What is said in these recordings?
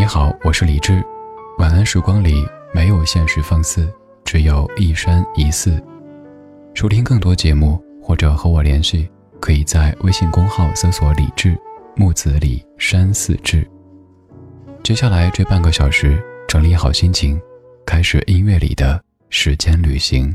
好，我是李志。晚安时光里没有现实放肆，只有一山一寺。收听更多节目或者和我联系，可以在微信公号搜索李志，木子李，山寺志。接下来这半个小时，整理好心情，开始音乐里的时间旅行。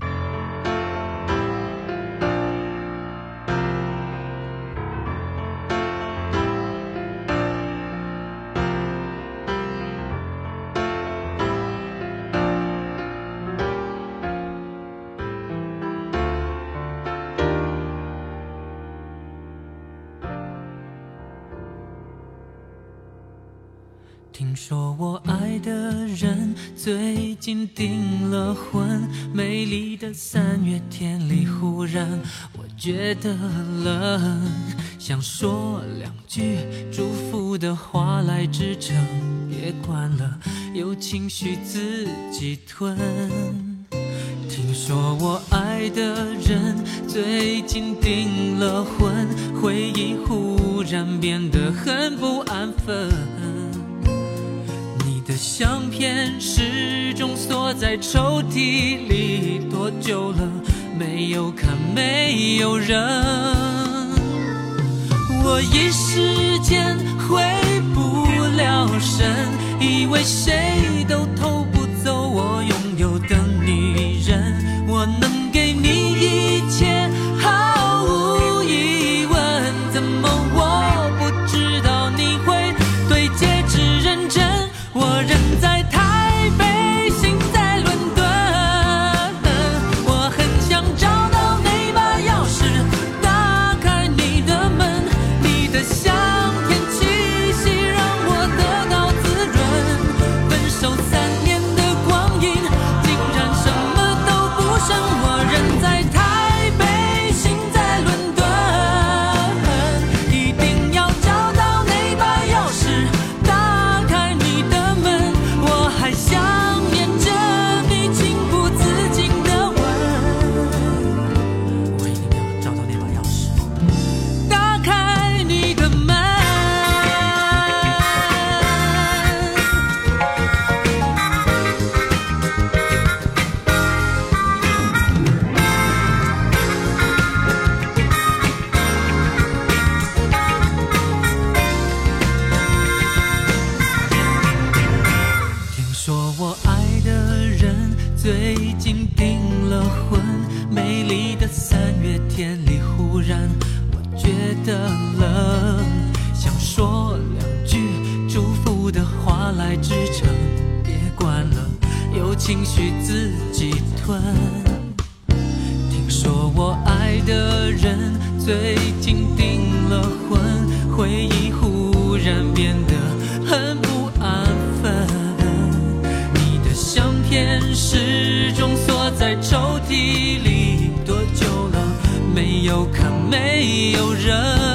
听说我爱的人最近订了婚，美丽的3月天里，忽然我觉得冷，想说2句祝福的话来支撑，别管了，有情绪自己吞。听说我爱的人最近订了婚，回忆忽然变得很不安分，你的相片始终锁在抽屉里，多久了没有看没有人，我一时间回不了神，以为谁都偷不走我拥有的女人，我能给你一切毫无疑问，怎么我不知道你会对戒指认真，我人在台北，心在伦敦，我很想找到那把钥匙，打开你的门，你的香甜气息让我得到滋润，分手3年的光阴竟然什么都不剩，我人在台北，心在伦敦，一定要找到那把钥匙，打开你的门，我还想念着你情不自禁的吻，我一定要找到那把钥匙，打开你的门。听说我爱的人最近订了婚，美丽的3月天里，忽然我觉得冷，想说2句祝福的话来支撑，别管了，有情绪自己吞。听说我爱的人最近订了婚，回忆忽然变得很不安分，你的相片始终锁在抽屉里，多久了没有看没有人，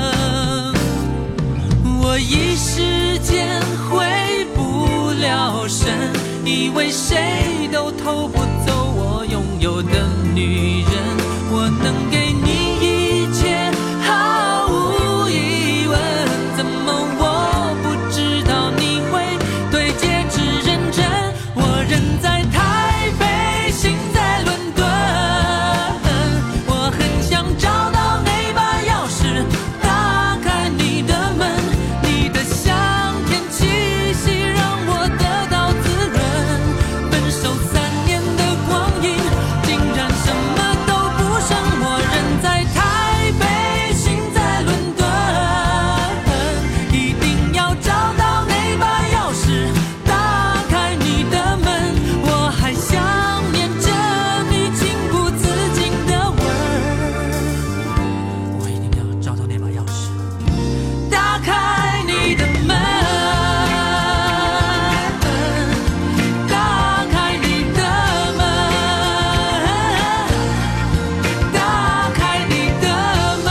我一时间回不了神，以为谁都偷不走我拥有的女人，我能给你一切毫无疑问，怎么我不知道你会对戒指认真，我人在台北，心在伦敦，我很想找到那把钥匙，打开你的门，你的香甜气息让我得到滋润，分手3年的光阴竟然什么都不剩，我人在台北，心在伦敦，一定要找到那把钥匙，打开你的门，我还想念着你情不自禁的吻，我一定要找到那把钥匙，打开你的门，打开你的门，打开你的门，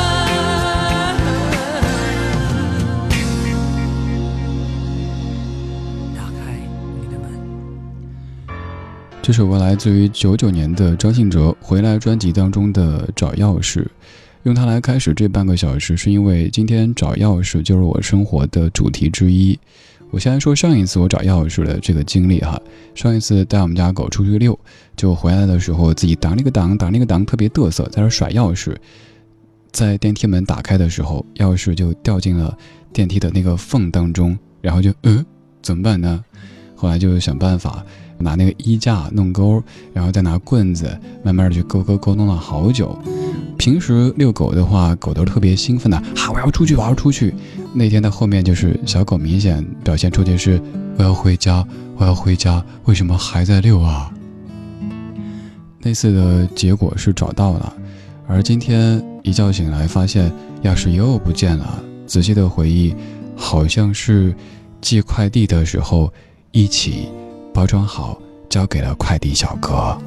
打开你的门。 这首歌来自于99年的张信哲《回来》专辑当中的找钥匙，用它来开始这半个小时，是因为今天找钥匙就是我生活的主题之一。 我先来说上一次我找钥匙的这个经历哈。上一次带我们家狗出去遛，就回来的时候自己挡了一个挡，特别嘚瑟，在那甩钥匙。在电梯门打开的时候，钥匙就掉进了电梯的那个缝当中，然后就怎么办呢？后来就想办法拿那个衣架弄钩，然后再拿棍子慢慢的去勾，弄了好久。平时遛狗的话，狗都特别兴奋的，我要出去。那天的后面就是小狗明显表现出的是我要回家，为什么还在遛啊？那次的结果是找到了，而今天一觉醒来发现钥匙又不见了。仔细的回忆，好像是寄快递的时候一起包装好交给了快递小哥。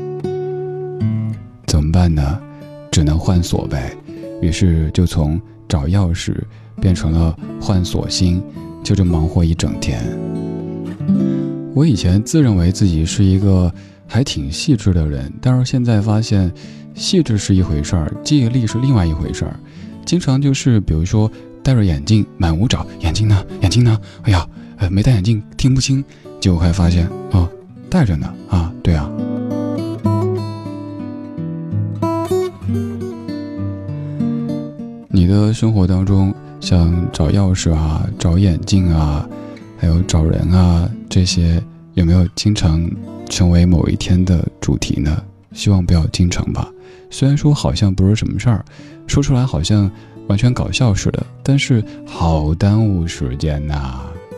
怎么办呢？只能换锁呗。于是就从找钥匙变成了换锁芯，就这忙活一整天。我以前自认为自己是一个还挺细致的人，但是现在发现细致是一回事儿，记忆力是另外一回事儿。经常就是比如说戴着眼镜满屋找眼镜呢，哎呀没戴眼镜听不清，结果还发现戴着呢对啊。你的生活当中像找钥匙找眼镜还有找人这些有没有经常成为某一天的主题呢？希望不要经常吧。虽然说好像不是什么事儿，说出来好像完全搞笑似的，但是好耽误时间呐。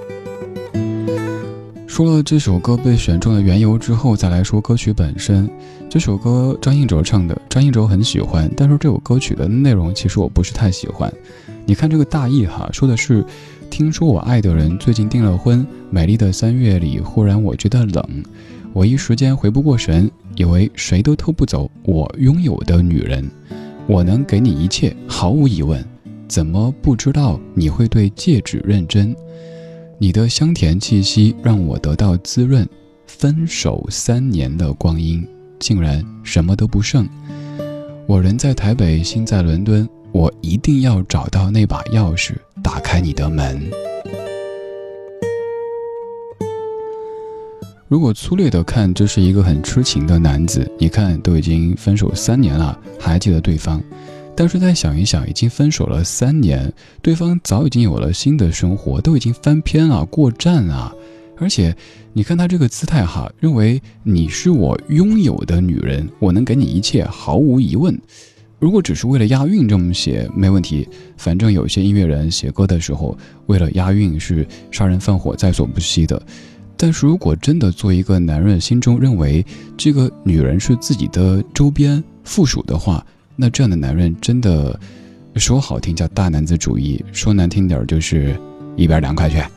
说了这首歌被选中的缘由之后，再来说歌曲本身。这首歌张信哲唱的，张信哲很喜欢，但是这首歌曲的内容其实我不是太喜欢。你看这个大意说的是，听说我爱的人最近订了婚，美丽的3月里忽然我觉得冷，我一时间回不过神，以为谁都偷不走我拥有的女人，我能给你一切毫无疑问，怎么不知道你会对戒指认真，你的香甜气息让我得到滋润，分手3年的光阴竟然什么都不剩，我人在台北心在伦敦，我一定要找到那把钥匙打开你的门。如果粗略的看，这是一个很痴情的男子，你看都已经分手3年了还记得对方，但是再想一想，已经分手了3年，对方早已经有了新的生活，都已经翻篇了过站了，而且你看他这个姿态认为你是我拥有的女人，我能给你一切毫无疑问。如果只是为了押韵这么写没问题，反正有些音乐人写歌的时候为了押韵是杀人放火在所不惜的。但是如果真的做一个男人心中认为这个女人是自己的周边附属的话，那这样的男人真的说好听叫大男子主义，说难听点就是一边凉快去。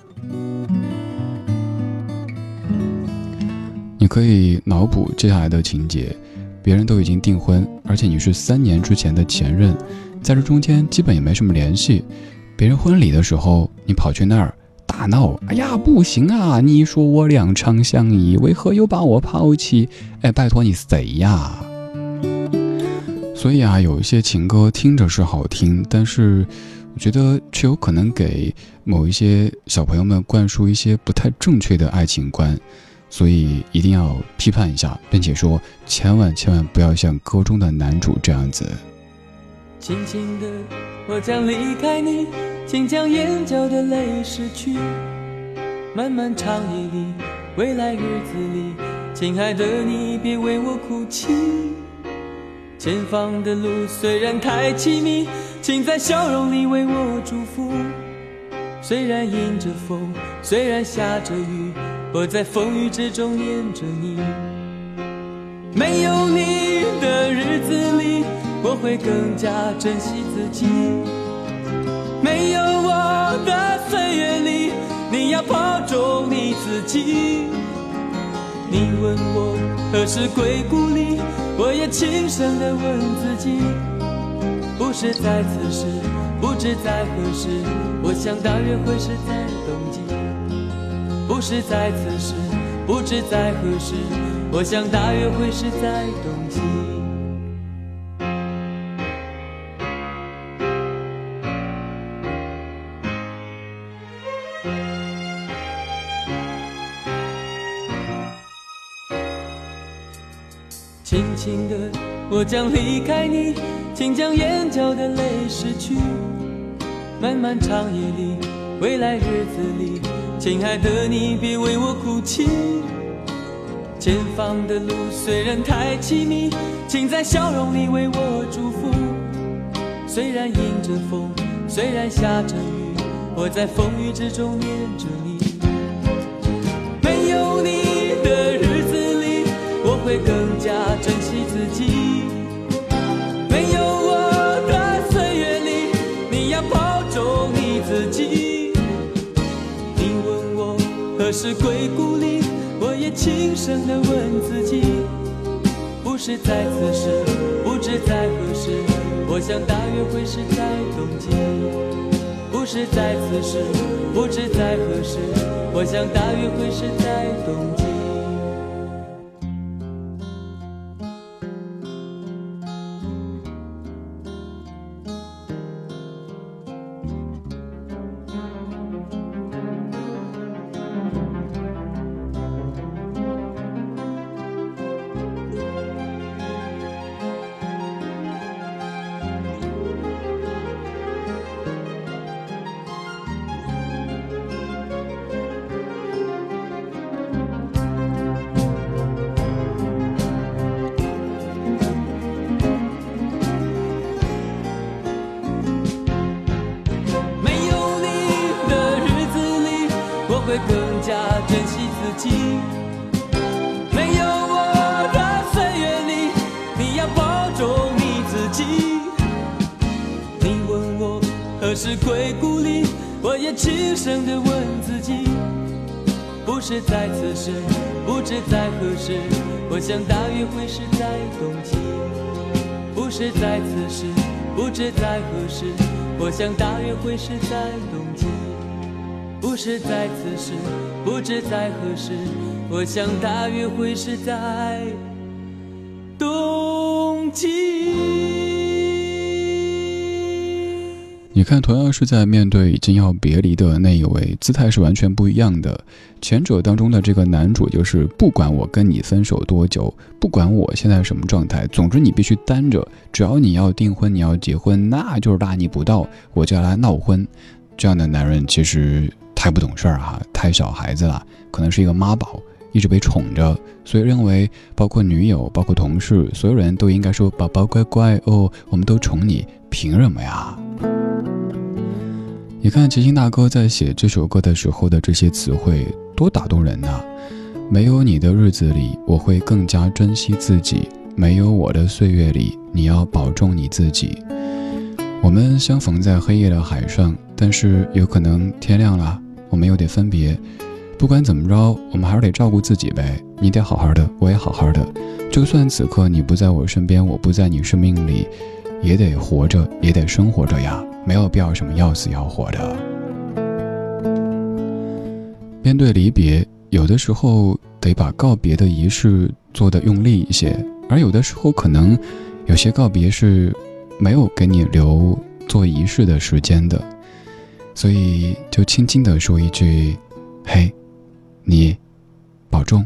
你可以脑补接下来的情节，别人都已经订婚，而且你是3年之前的前任，在这中间基本也没什么联系。别人婚礼的时候你跑去那儿大闹，哎呀不行你说我两长相依，为何又把我抛弃，拜托你谁呀？所以有一些情歌听着是好听，但是我觉得却有可能给某一些小朋友们灌输一些不太正确的爱情观，所以一定要批判一下，并且说千万不要像歌中的男主这样子。 轻轻的我将离开你，请将眼角的泪拭去，漫漫长夜里未来日子里，亲爱的你别为我哭泣，前方的路虽然太凄迷，请在笑容里为我祝福，虽然迎着风，虽然下着雨，我在风雨之中念着你，没有你的日子里我会更加珍惜自己，没有我的岁月里你要保重你自己，你问我何时归故里，我也轻声地问自己，不是在此时，不知在何时，我想大约会是在冬季，不是在此时，不知在何时，我想大约会是在冬季。 轻轻的我将离开你，请将眼角的泪拭去。漫漫长夜里，未来日子里，亲爱的你别为我哭泣。前方的路虽然太凄迷，请在笑容里为我祝福。虽然迎着风，虽然下着雨，我在风雨之中念着你。没有你的日子里，我会更加珍惜自己。没有我的岁月里，你要保重你自己。你问我何时归故里，我也轻声地问自己。不是在此时，不知在何时，我想大约会是在冬季。不是在此时，不知在何时，我想大约会是在冬季。会更加珍惜自己。没有我的岁月里，你要保重你自己。你问我何时归故里，我也轻声地问自己。不是在此时，不知在何时，我想大约会是在冬季。不是在此时，不知在何时，我想大约会是在冬季。不是在此时，不知在何时，我想大约会是在冬季。 你看，同样是在面对已经要别离的那一位，姿态是完全不一样的。前者当中的这个男主就是不管我跟你分手多久，不管我现在什么状态，总之你必须单着，只要你要订婚，你要结婚，那就是大逆不道，我就要来闹婚。这样的男人其实太不懂事儿太小孩子了，可能是一个妈宝，一直被宠着，所以认为包括女友包括同事所有人都应该说宝宝乖乖哦，我们都宠你，凭什么呀？你看齐秦大哥在写这首歌的时候的这些词汇多打动人啊。没有你的日子里，我会更加珍惜自己。没有我的岁月里，你要保重你自己。我们相逢在黑夜的海上，但是有可能天亮了，我们又得分别。不管怎么着，我们还是得照顾自己呗。你得好好的，我也好好的。就算此刻你不在我身边，我不在你生命里，也得活着，也得生活着呀。没有必要什么要死要活的。面对离别，有的时候得把告别的仪式做得用力一些，而有的时候可能有些告别是没有给你留做仪式的时间的，所以就轻轻地说一句：嘿，你保重。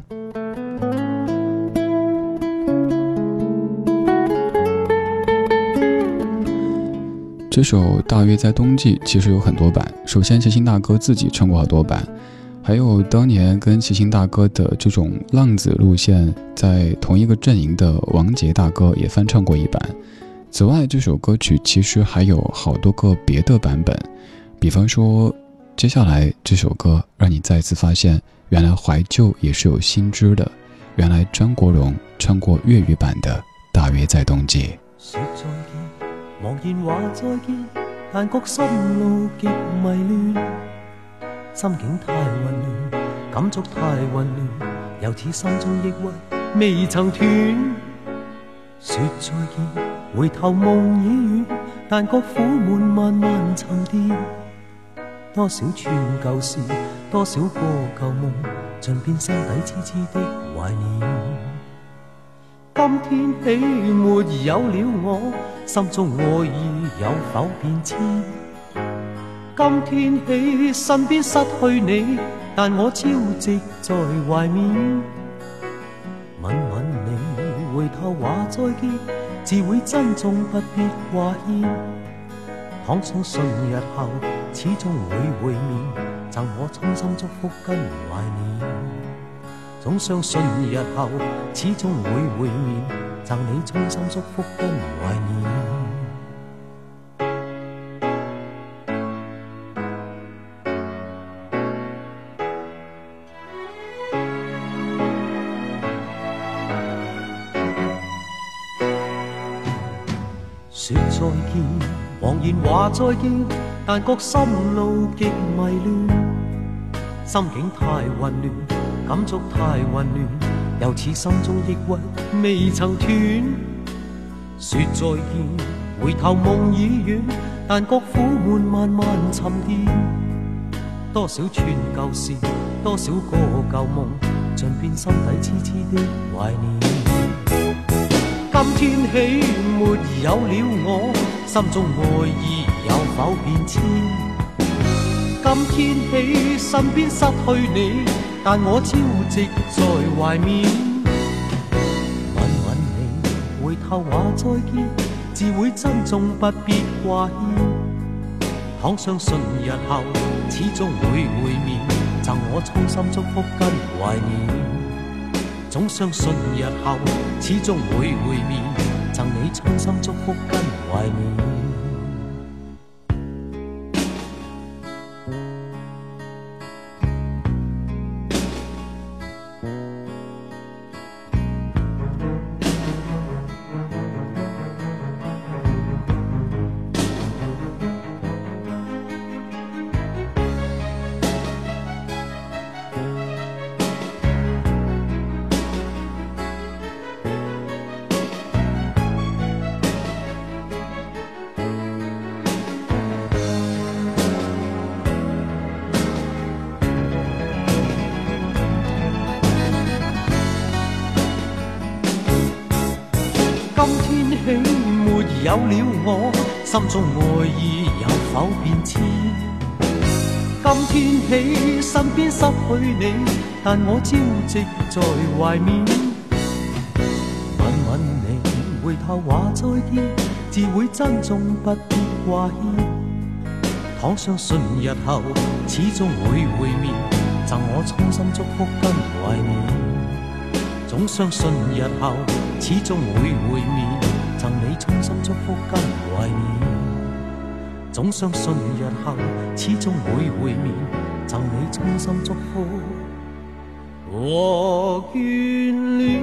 这首大约在冬季其实有很多版，首先齐秦大哥自己唱过好多版，还有当年跟齐秦大哥的这种浪子路线在同一个阵营的王杰大哥也翻唱过一版。此外，这首歌曲其实还有好多个别的版本，比方说接下来这首歌让你再次发现原来怀旧也是有新知的，原来张国荣唱过粤语版的大约在冬季。 说再见，茫然话再见，但觉心路极迷乱，心境太混乱，感触太混乱，又似心中抑郁未曾断。说再见，回头梦已远，但觉苦闷慢慢沉淀。多少串旧事，多少个旧梦，尽变心底痴痴的怀念。今天起没有了我，心中爱意有否变迁？今天起身边失去你，但我朝夕在怀缅。吻吻你， 回頭話再見，自會珍重不必掛牽。倘相信日後始終會會面，贈我衷心祝福跟懷念。總相信日後始終會會面，贈你衷心祝福跟懷念。說再見，茫然話再見，但覺心路極迷亂，心境太混亂，感觸太混亂，又似心中抑鬱未曾斷。說再見，回頭夢已遠，但覺苦悶慢慢沉澱。多少串舊事，多少個舊夢，盡變心底痴痴的懷念。今天起沒有了我，心中愛意有否變遷？今天起身邊失去你，但我朝夕在懷緬。吻吻你，回頭話再見，自會珍重不必掛牽。倘相信日後始終會會面，贈我衷心祝福跟懷念。總相信日後始終會會面，贈你衷心祝福跟懷念。今天起沒有了我，心中愛意有否變遷？今天起身邊失去你，但我朝夕在懷緬。吻吻你，回頭話再見，自會珍重不必掛牽。倘相信日後始終會會面，贈我衷心祝福跟懷念。總相信日後始終會會面，贈你衷心祝福跟懷念。總相信日後始終會會面，贈你衷心祝福和眷戀。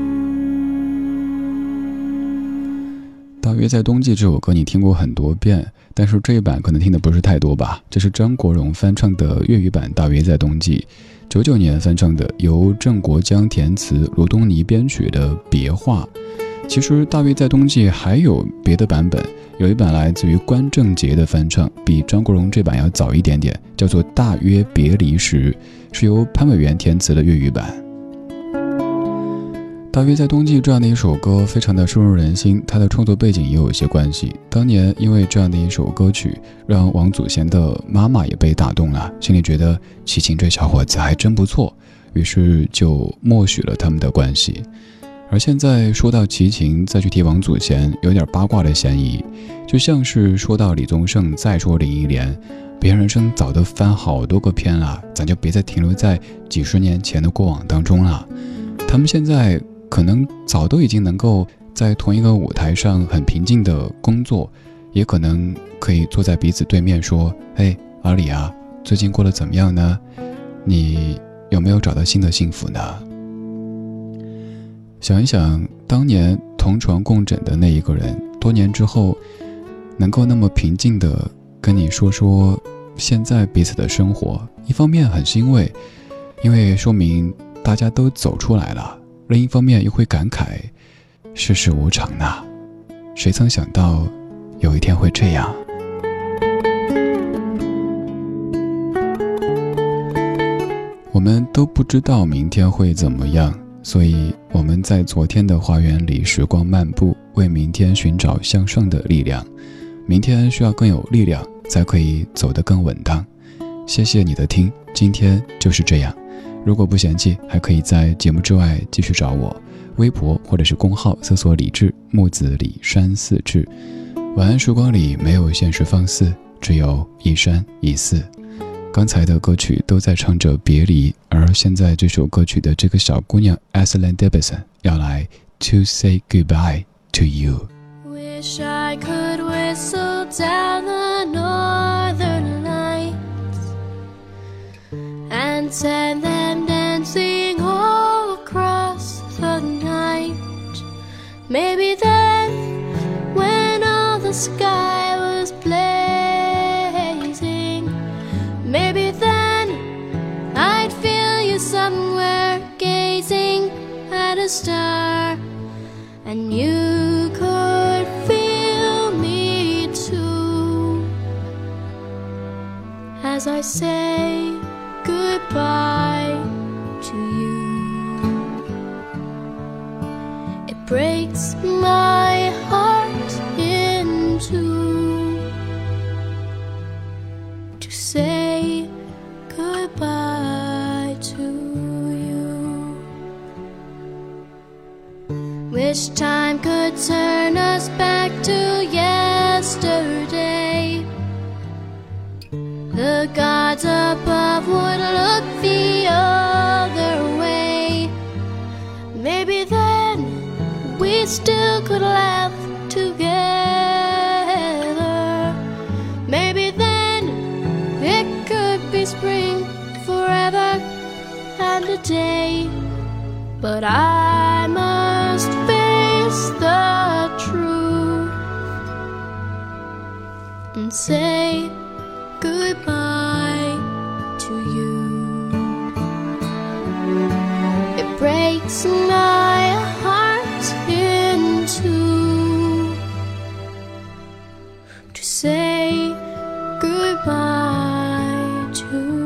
大约在冬季这首歌你听过很多遍，但是这一版可能听的不是太多吧。这是张国荣翻唱的粤语版《大约在冬季》，99年翻唱的，由郑国江填词、卢东尼编曲的《别话》。其实《大约在冬季》还有别的版本，有一版来自于关正杰的翻唱，比张国荣这版要早一点点，叫做《大约别离时》，是由潘伟元填词的粤语版。大约在冬季这样的一首歌非常的深入人心，它的创作背景也有一些关系。当年因为这样的一首歌曲，让王祖贤的妈妈也被打动了，心里觉得齐秦这小伙子还真不错，于是就默许了他们的关系。而现在说到齐秦再去提王祖贤，有点八卦的嫌疑，就像是说到李宗盛再说林忆莲，别人生早都翻好多个篇了，咱就别再停留在几十年前的过往当中了。他们现在可能早都已经能够在同一个舞台上很平静的工作，也可能可以坐在彼此对面说，嘿，阿里啊，最近过得怎么样呢？你有没有找到新的幸福呢？想一想当年同床共枕的那一个人，多年之后能够那么平静地跟你说说现在彼此的生活，一方面很欣慰，因为说明大家都走出来了，另一方面又会感慨世事无常呐，谁曾想到有一天会这样。我们都不知道明天会怎么样，所以我们在昨天的花园里时光漫步，为明天寻找向上的力量。明天需要更有力量，才可以走得更稳当。谢谢你的听，今天就是这样。 如果不嫌弃，还可以在节目之外继续找我，微博或者是公号搜索李志，木子李山寺志。晚安时光里没有现实放肆，只有一山一寺。刚才的歌曲都在唱着别离，而现在这首歌曲的这个小姑娘 Aislinn Davidson 要来 To say goodbye to you。 Wish I could whistle down the northern lights and send them dancing all across the night. Maybe then, when all the sky was blazing, maybe then I'd feel you somewhere gazing at a star, and you could feel me too as I say goodbye to you. It breaks my heart in two to say goodbye to you. Wish time could turn us back to yesterday. The gods above would look the other way. Maybe then we still could laugh together. Maybe then it could be spring forever and a day. But I must face the truth and say goodbye to you. It breaks my heart in two to say goodbye to you.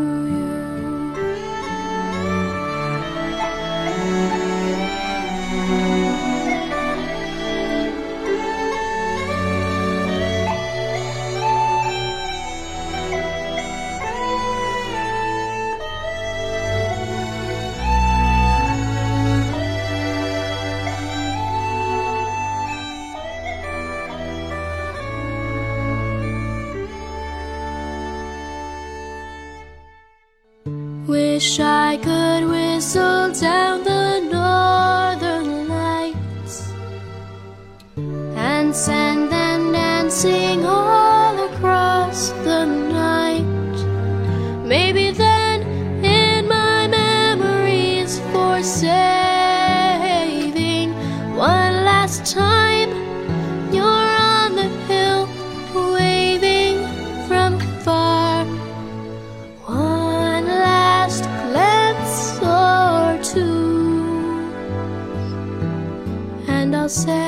Wish I could whistle down the northern lights and send them dancing all across the night. Maybe then in my memories for saving one last time, you're on the hill waving from far. One last glance or two, and I'll say